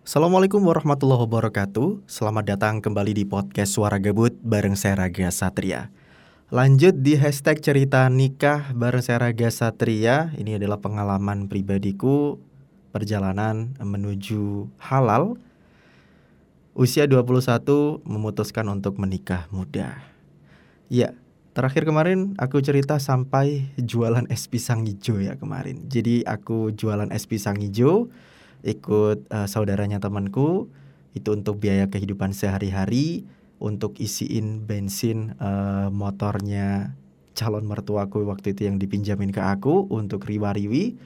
Assalamualaikum warahmatullahi wabarakatuh. Selamat datang kembali di podcast Suara Gabut bareng saya Raga Satria. Lanjut di hashtag cerita nikah bareng saya Raga Satria. Ini adalah pengalaman pribadiku, perjalanan menuju halal. Usia 21 memutuskan untuk menikah muda. Ya, terakhir kemarin aku cerita sampai jualan es pisang hijau ya kemarin. Jadi aku jualan es pisang hijau, ikut saudaranya temanku, itu untuk biaya kehidupan sehari-hari, untuk isiin bensin motornya calon mertuaku waktu itu yang dipinjamin ke aku untuk riwa-riwi.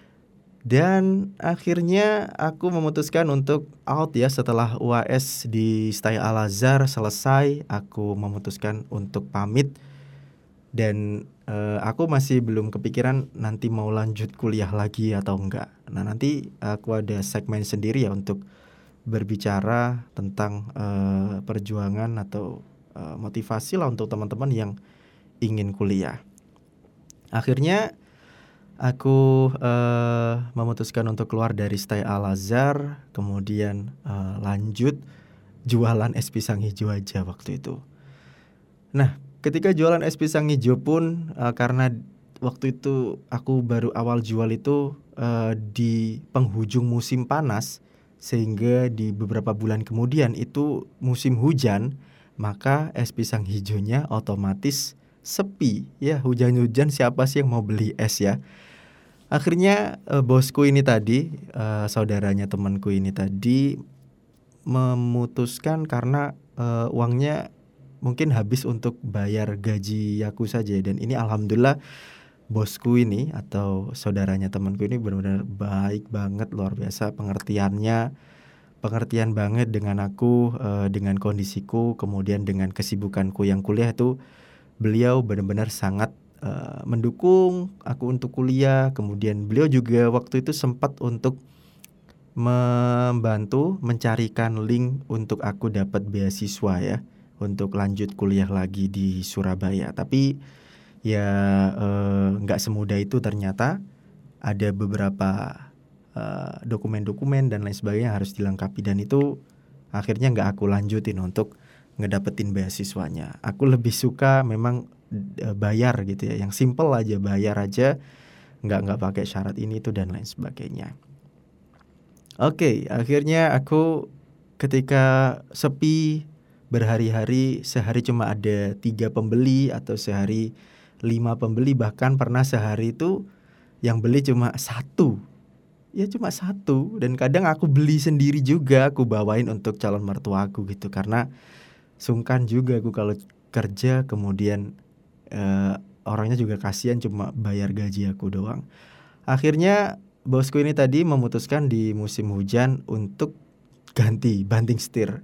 Dan akhirnya aku memutuskan untuk out ya setelah UAS di Stay Al-Azhar selesai. Aku memutuskan untuk pamit. Dan aku masih belum kepikiran nanti mau lanjut kuliah lagi atau enggak. Nah nanti aku ada segmen sendiri ya untuk berbicara tentang perjuangan atau motivasi lah untuk teman-teman yang ingin kuliah. Akhirnya aku memutuskan untuk keluar dari Stay Al-Azhar, kemudian lanjut jualan es pisang hijau aja waktu itu. Nah, ketika jualan es pisang hijau pun karena waktu itu aku baru awal jual itu di penghujung musim panas, sehingga di beberapa bulan kemudian itu musim hujan, maka es pisang hijaunya otomatis sepi. Ya, hujan-hujan siapa sih yang mau beli es ya? Akhirnya bosku ini tadi, saudaranya temanku ini tadi memutuskan karena uangnya mungkin habis untuk bayar gaji aku saja. Dan ini alhamdulillah bosku ini atau saudaranya temanku ini benar-benar baik banget, luar biasa pengertian banget dengan aku, dengan kondisiku, kemudian dengan kesibukanku yang kuliah itu. Beliau benar-benar sangat mendukung aku untuk kuliah. Kemudian beliau juga waktu itu sempat untuk membantu mencarikan link untuk aku dapat beasiswa ya, untuk lanjut kuliah lagi di Surabaya. Tapi ya nggak semudah itu ternyata. Ada beberapa dokumen-dokumen dan lain sebagainya harus dilengkapi, dan itu akhirnya nggak aku lanjutin untuk ngedapetin beasiswanya. Aku lebih suka memang bayar gitu ya, yang simple aja, bayar aja, nggak pakai syarat ini itu dan lain sebagainya. Oke, akhirnya aku ketika sepi berhari-hari, sehari cuma ada 3 pembeli atau sehari 5 pembeli, bahkan pernah sehari itu yang beli cuma 1. Ya cuma 1, dan kadang aku beli sendiri juga, aku bawain untuk calon mertuaku gitu, karena sungkan juga aku kalau kerja kemudian orangnya juga kasihan cuma bayar gaji aku doang. Akhirnya bosku ini tadi memutuskan di musim hujan untuk ganti banting setir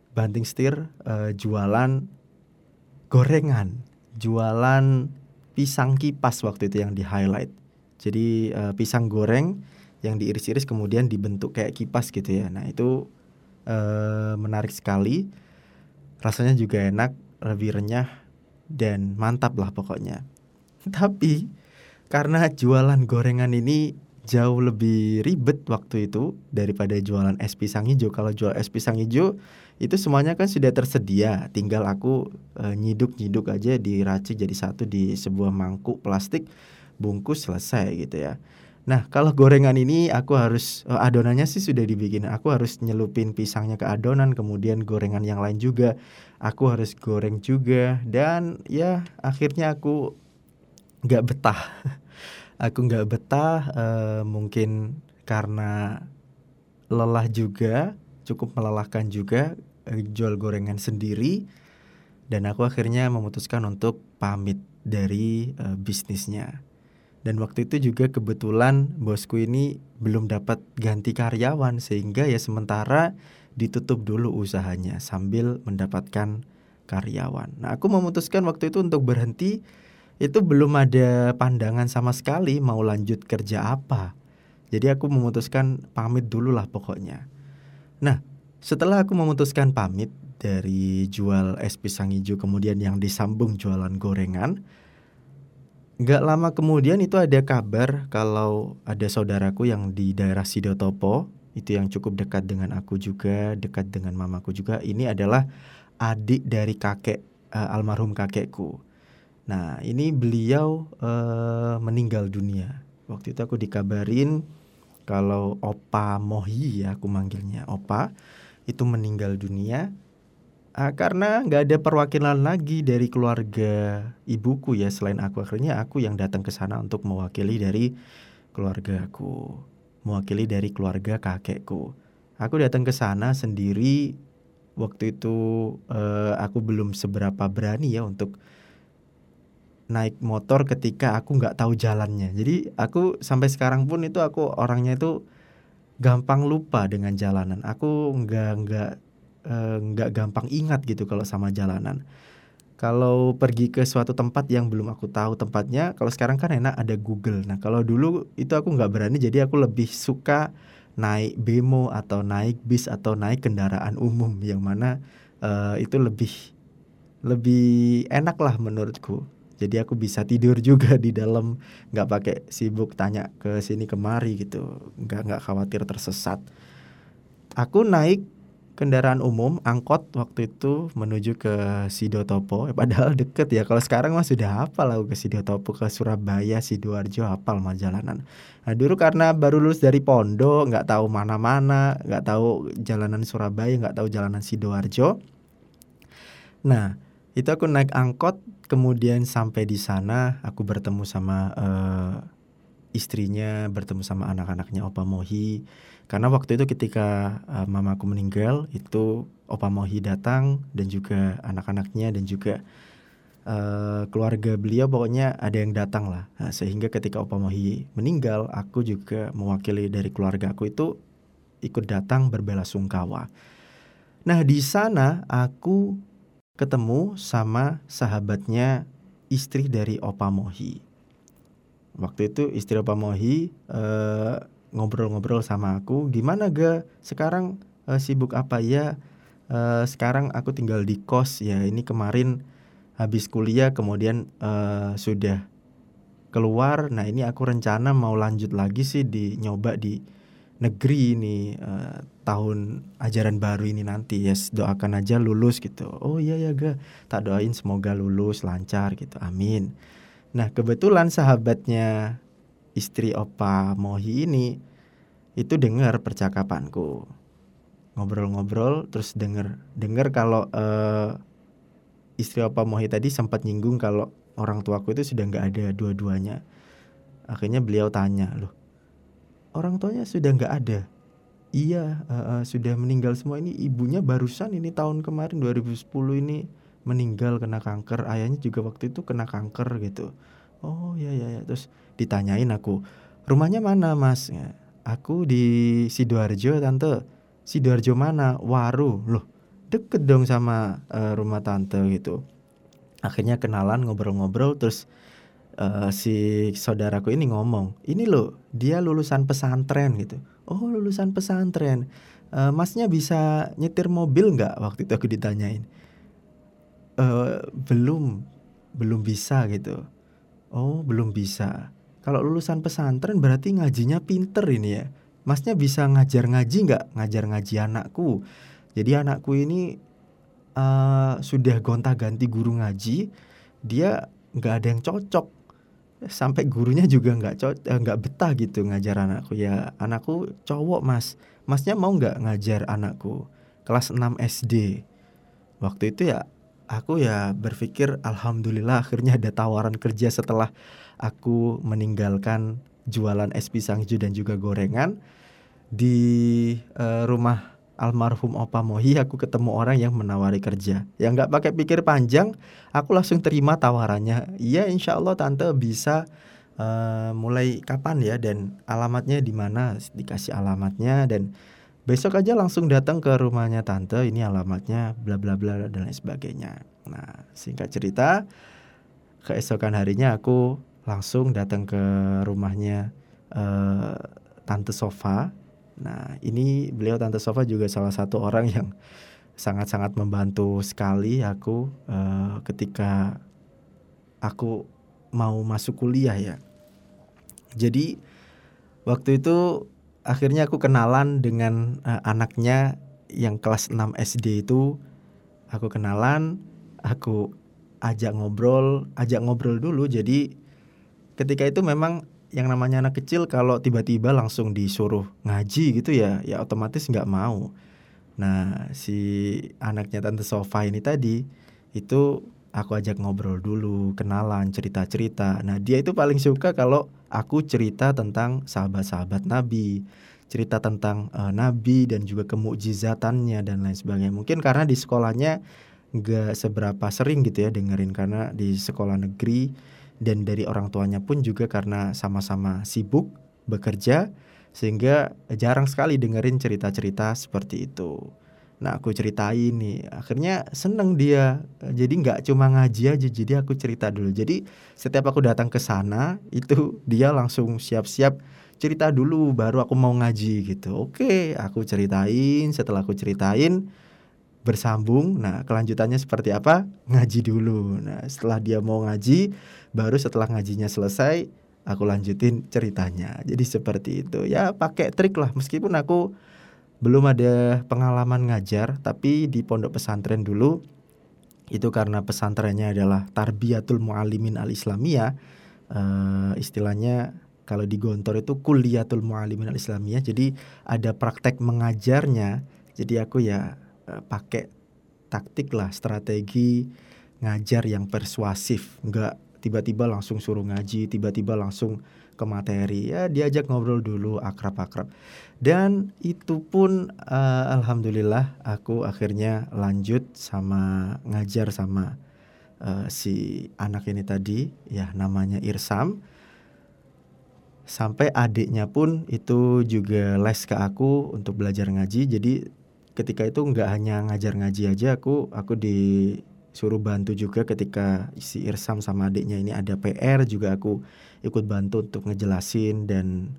jualan gorengan, jualan pisang kipas waktu itu yang di highlight. Jadi pisang goreng yang diiris-iris kemudian dibentuk kayak kipas gitu ya. Nah itu menarik sekali, rasanya juga enak, lebih renyah dan mantap lah pokoknya. Tapi karena jualan gorengan ini jauh lebih ribet waktu itu daripada jualan es pisang hijau. Kalau jual es pisang hijau itu semuanya kan sudah tersedia, tinggal aku nyiduk-nyiduk aja, diracik jadi satu di sebuah mangkuk plastik, bungkus, selesai gitu ya. Nah kalau gorengan ini aku harus adonannya sih sudah dibikin, aku harus nyelupin pisangnya ke adonan, kemudian gorengan yang lain juga aku harus goreng juga. Dan ya akhirnya aku nggak betah. Aku nggak betah, mungkin karena lelah juga, cukup melelahkan juga jual gorengan sendiri. Dan aku akhirnya memutuskan untuk pamit dari bisnisnya. Dan waktu itu juga kebetulan bosku ini belum dapat ganti karyawan, sehingga ya sementara ditutup dulu usahanya sambil mendapatkan karyawan. Nah aku memutuskan waktu itu untuk berhenti. Itu belum ada pandangan sama sekali mau lanjut kerja apa. Jadi aku memutuskan pamit dulu lah pokoknya. Nah setelah aku memutuskan pamit dari jual es pisang hijau kemudian yang disambung jualan gorengan, gak lama kemudian itu ada kabar kalau ada saudaraku yang di daerah Sidotopo itu yang cukup dekat dengan aku juga, dekat dengan mamaku juga. Ini adalah adik dari kakek, almarhum kakekku. Nah, ini beliau meninggal dunia. Waktu itu aku dikabarin kalau Opa Mohi, ya aku manggilnya Opa, itu meninggal dunia. Karena nggak ada perwakilan lagi dari keluarga ibuku ya selain aku. Akhirnya aku yang datang ke sana untuk mewakili dari keluargaku, mewakili dari keluarga kakekku. Aku datang ke sana sendiri. Waktu itu aku belum seberapa berani ya untuk naik motor ketika aku nggak tahu jalannya. Jadi aku sampai sekarang pun itu aku orangnya itu gampang lupa dengan jalanan. Aku nggak gampang ingat gitu kalau sama jalanan. Kalau pergi ke suatu tempat yang belum aku tahu tempatnya, kalau sekarang kan enak ada Google. Nah kalau dulu itu aku nggak berani, jadi aku lebih suka naik bemo atau naik bis atau naik kendaraan umum yang mana itu lebih enak lah menurutku. Jadi aku bisa tidur juga di dalam, nggak pakai sibuk tanya ke sini kemari gitu, nggak khawatir tersesat. Aku naik kendaraan umum, angkot waktu itu menuju ke Sidotopo. Padahal deket ya. Kalau sekarang mah sudah hafal aku ke Sidotopo, ke Surabaya, Sidoarjo, hafal mah jalanan. Nah dulu karena baru lulus dari pondok, nggak tahu mana-mana, nggak tahu jalanan Surabaya, nggak tahu jalanan Sidoarjo. Nah itu aku naik angkot, kemudian sampai di sana aku bertemu sama istrinya, bertemu sama anak-anaknya Opa Mohi. Karena waktu itu ketika mamaku meninggal, itu Opa Mohi datang dan juga anak-anaknya dan juga keluarga beliau, pokoknya ada yang datang lah. Nah, sehingga ketika Opa Mohi meninggal, aku juga mewakili dari keluarga aku itu ikut datang berbelasungkawa. Nah di sana aku ketemu sama sahabatnya istri dari Opa Mohi. Waktu itu istri Opa Mohi ngobrol-ngobrol sama aku, gimana ga sekarang sibuk apa ya? Sekarang aku tinggal di kos ya, ini kemarin habis kuliah kemudian sudah keluar. Nah ini aku rencana mau lanjut lagi sih nyoba di negeri ini tahun ajaran baru ini nanti ya, doakan aja lulus gitu. Oh iya ya ga, tak doain semoga lulus lancar gitu, amin. Nah kebetulan sahabatnya istri Opa Mohi ini itu dengar percakapanku, ngobrol-ngobrol terus dengar kalau istri Opa Mohi tadi sempat nyinggung kalau orang tuaku itu sudah nggak ada dua-duanya. Akhirnya beliau tanya, loh orang tuanya sudah nggak ada? Iya, sudah meninggal semua. Ini ibunya barusan ini tahun kemarin 2010 ini meninggal kena kanker. Ayahnya juga waktu itu kena kanker gitu. Oh ya ya ya. Terus ditanyain aku, rumahnya mana mas? Ya, aku di Sidoarjo tante. Sidoarjo mana? Waru. Loh deket dong sama rumah tante gitu. Akhirnya kenalan, ngobrol-ngobrol. Terus si saudaraku ini ngomong, ini loh dia lulusan pesantren gitu. Oh lulusan pesantren, masnya bisa nyetir mobil nggak? Waktu itu aku ditanyain. Belum bisa gitu. Oh belum bisa. Kalau lulusan pesantren berarti ngajinya pinter ini ya. Masnya bisa ngajar ngaji nggak? Ngajar ngaji anakku. Jadi anakku ini sudah gonta-ganti guru ngaji. Dia nggak ada yang cocok. Sampai gurunya juga nggak betah gitu ngajar anakku. Ya anakku cowok mas. Masnya mau nggak ngajar anakku kelas 6 SD? Waktu itu ya aku ya berpikir alhamdulillah akhirnya ada tawaran kerja setelah aku meninggalkan jualan es pisang hijau dan juga gorengan. Di rumah almarhum Opa Mohi aku ketemu orang yang menawari kerja. Ya nggak pakai pikir panjang, aku langsung terima tawarannya. Iya insya Allah tante bisa, mulai kapan ya dan alamatnya di mana? Dikasih alamatnya dan besok aja langsung datang ke rumahnya tante. Ini alamatnya bla bla bla dan lain sebagainya. Nah singkat cerita, keesokan harinya aku langsung datang ke rumahnya Tante Sofa. Nah ini beliau Tante Sofa juga salah satu orang yang sangat-sangat membantu sekali aku ketika aku mau masuk kuliah ya. Jadi waktu itu akhirnya aku kenalan dengan anaknya yang kelas 6 SD itu. Aku kenalan, aku ajak ngobrol dulu. Jadi ketika itu memang yang namanya anak kecil kalau tiba-tiba langsung disuruh ngaji gitu ya otomatis nggak mau. Nah, si anaknya Tante Sofa ini tadi itu aku ajak ngobrol dulu, kenalan, cerita-cerita. Nah, dia itu paling suka kalau aku cerita tentang sahabat-sahabat Nabi, cerita tentang Nabi dan juga kemukjizatannya dan lain sebagainya. Mungkin karena di sekolahnya nggak seberapa sering gitu ya dengerin, karena di sekolah negeri dan dari orang tuanya pun juga karena sama-sama sibuk bekerja, sehingga jarang sekali dengerin cerita-cerita seperti itu. Nah, aku ceritain nih, akhirnya seneng dia. Jadi nggak cuma ngaji aja, jadi aku cerita dulu. Jadi setiap aku datang ke sana itu dia langsung siap-siap cerita dulu, baru aku mau ngaji gitu. Oke, aku ceritain. Setelah aku ceritain, bersambung. Nah, kelanjutannya seperti apa? Ngaji dulu. Nah, setelah dia mau ngaji, baru setelah ngajinya selesai, aku lanjutin ceritanya. Jadi seperti itu. Ya, pakai trik lah. Meskipun aku belum ada pengalaman ngajar, tapi di pondok pesantren dulu, itu karena pesantrennya adalah Tarbiyatul Muallimin Al-Islamiyah, istilahnya kalau di Gontor itu Kulliyatul Muallimin Al-Islamiyah. Jadi ada praktek mengajarnya. Jadi aku ya pakai taktik lah, strategi ngajar yang persuasif, nggak tiba-tiba langsung suruh ngaji, tiba-tiba langsung ke materi. Ya diajak ngobrol dulu, akrab-akrab. Dan itu pun alhamdulillah aku akhirnya lanjut sama ngajar sama si anak ini tadi, ya namanya Irsam. Sampai adiknya pun itu juga les ke aku untuk belajar ngaji. Jadi ketika itu nggak hanya ngajar ngaji aja, aku disuruh bantu juga ketika si Irsam sama adiknya ini ada PR, juga aku ikut bantu untuk ngejelasin. Dan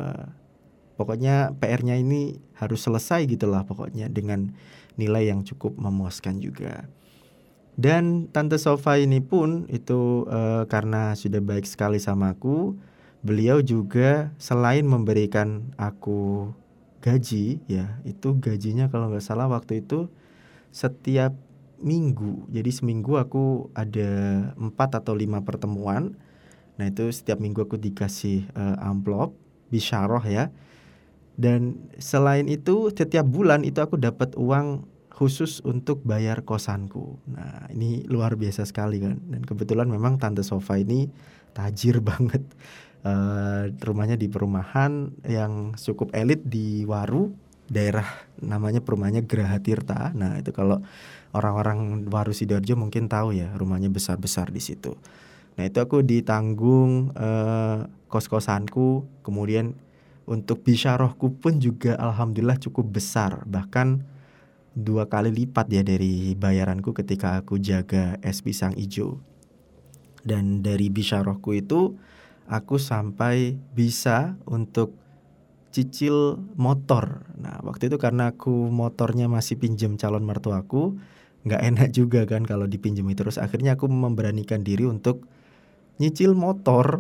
pokoknya PR-nya ini harus selesai gitulah pokoknya dengan nilai yang cukup memuaskan juga. Dan Tante Sofa ini pun itu karena sudah baik sekali sama aku, beliau juga selain memberikan aku gaji, ya itu gajinya kalau nggak salah waktu itu setiap minggu. Jadi seminggu aku ada 4 atau 5 pertemuan. Nah itu setiap minggu aku dikasih amplop bisyarah ya. Dan selain itu setiap bulan itu aku dapat uang khusus untuk bayar kosanku. Nah ini luar biasa sekali kan. Dan kebetulan memang Tante Sofa ini tajir banget. Rumahnya di perumahan yang cukup elit di Waru, daerah namanya perumahannya Geraha Tirta. Nah itu kalau orang-orang Waru Sidoarjo mungkin tahu ya, rumahnya besar-besar di situ. Nah itu aku ditanggung kos-kosanku, kemudian untuk bisyarahku pun juga alhamdulillah cukup besar, bahkan 2 kali lipat ya dari bayaranku ketika aku jaga es pisang ijo. Dan dari bisyarahku itu aku sampai bisa untuk cicil motor. Nah waktu itu karena aku motornya masih pinjam calon mertuaku, nggak enak juga kan kalau dipinjami terus. Akhirnya aku memberanikan diri untuk nyicil motor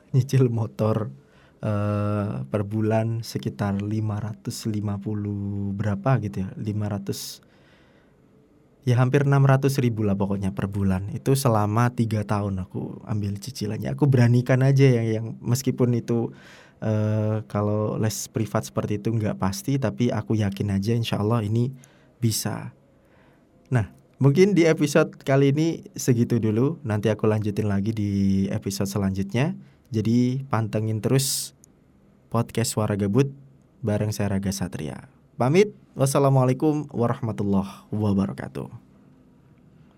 per bulan sekitar 550 berapa gitu ya, 500, ya hampir 600.000 lah pokoknya per bulan. Itu selama 3 tahun aku ambil cicilannya. Aku beranikan aja yang meskipun itu kalau les privat seperti itu nggak pasti, tapi aku yakin aja insya Allah ini bisa. Nah mungkin di episode kali ini segitu dulu. Nanti aku lanjutin lagi di episode selanjutnya. Jadi pantengin terus podcast Suara Gabut bareng saya Raga Satria. Pamit, wassalamualaikum warahmatullahi wabarakatuh.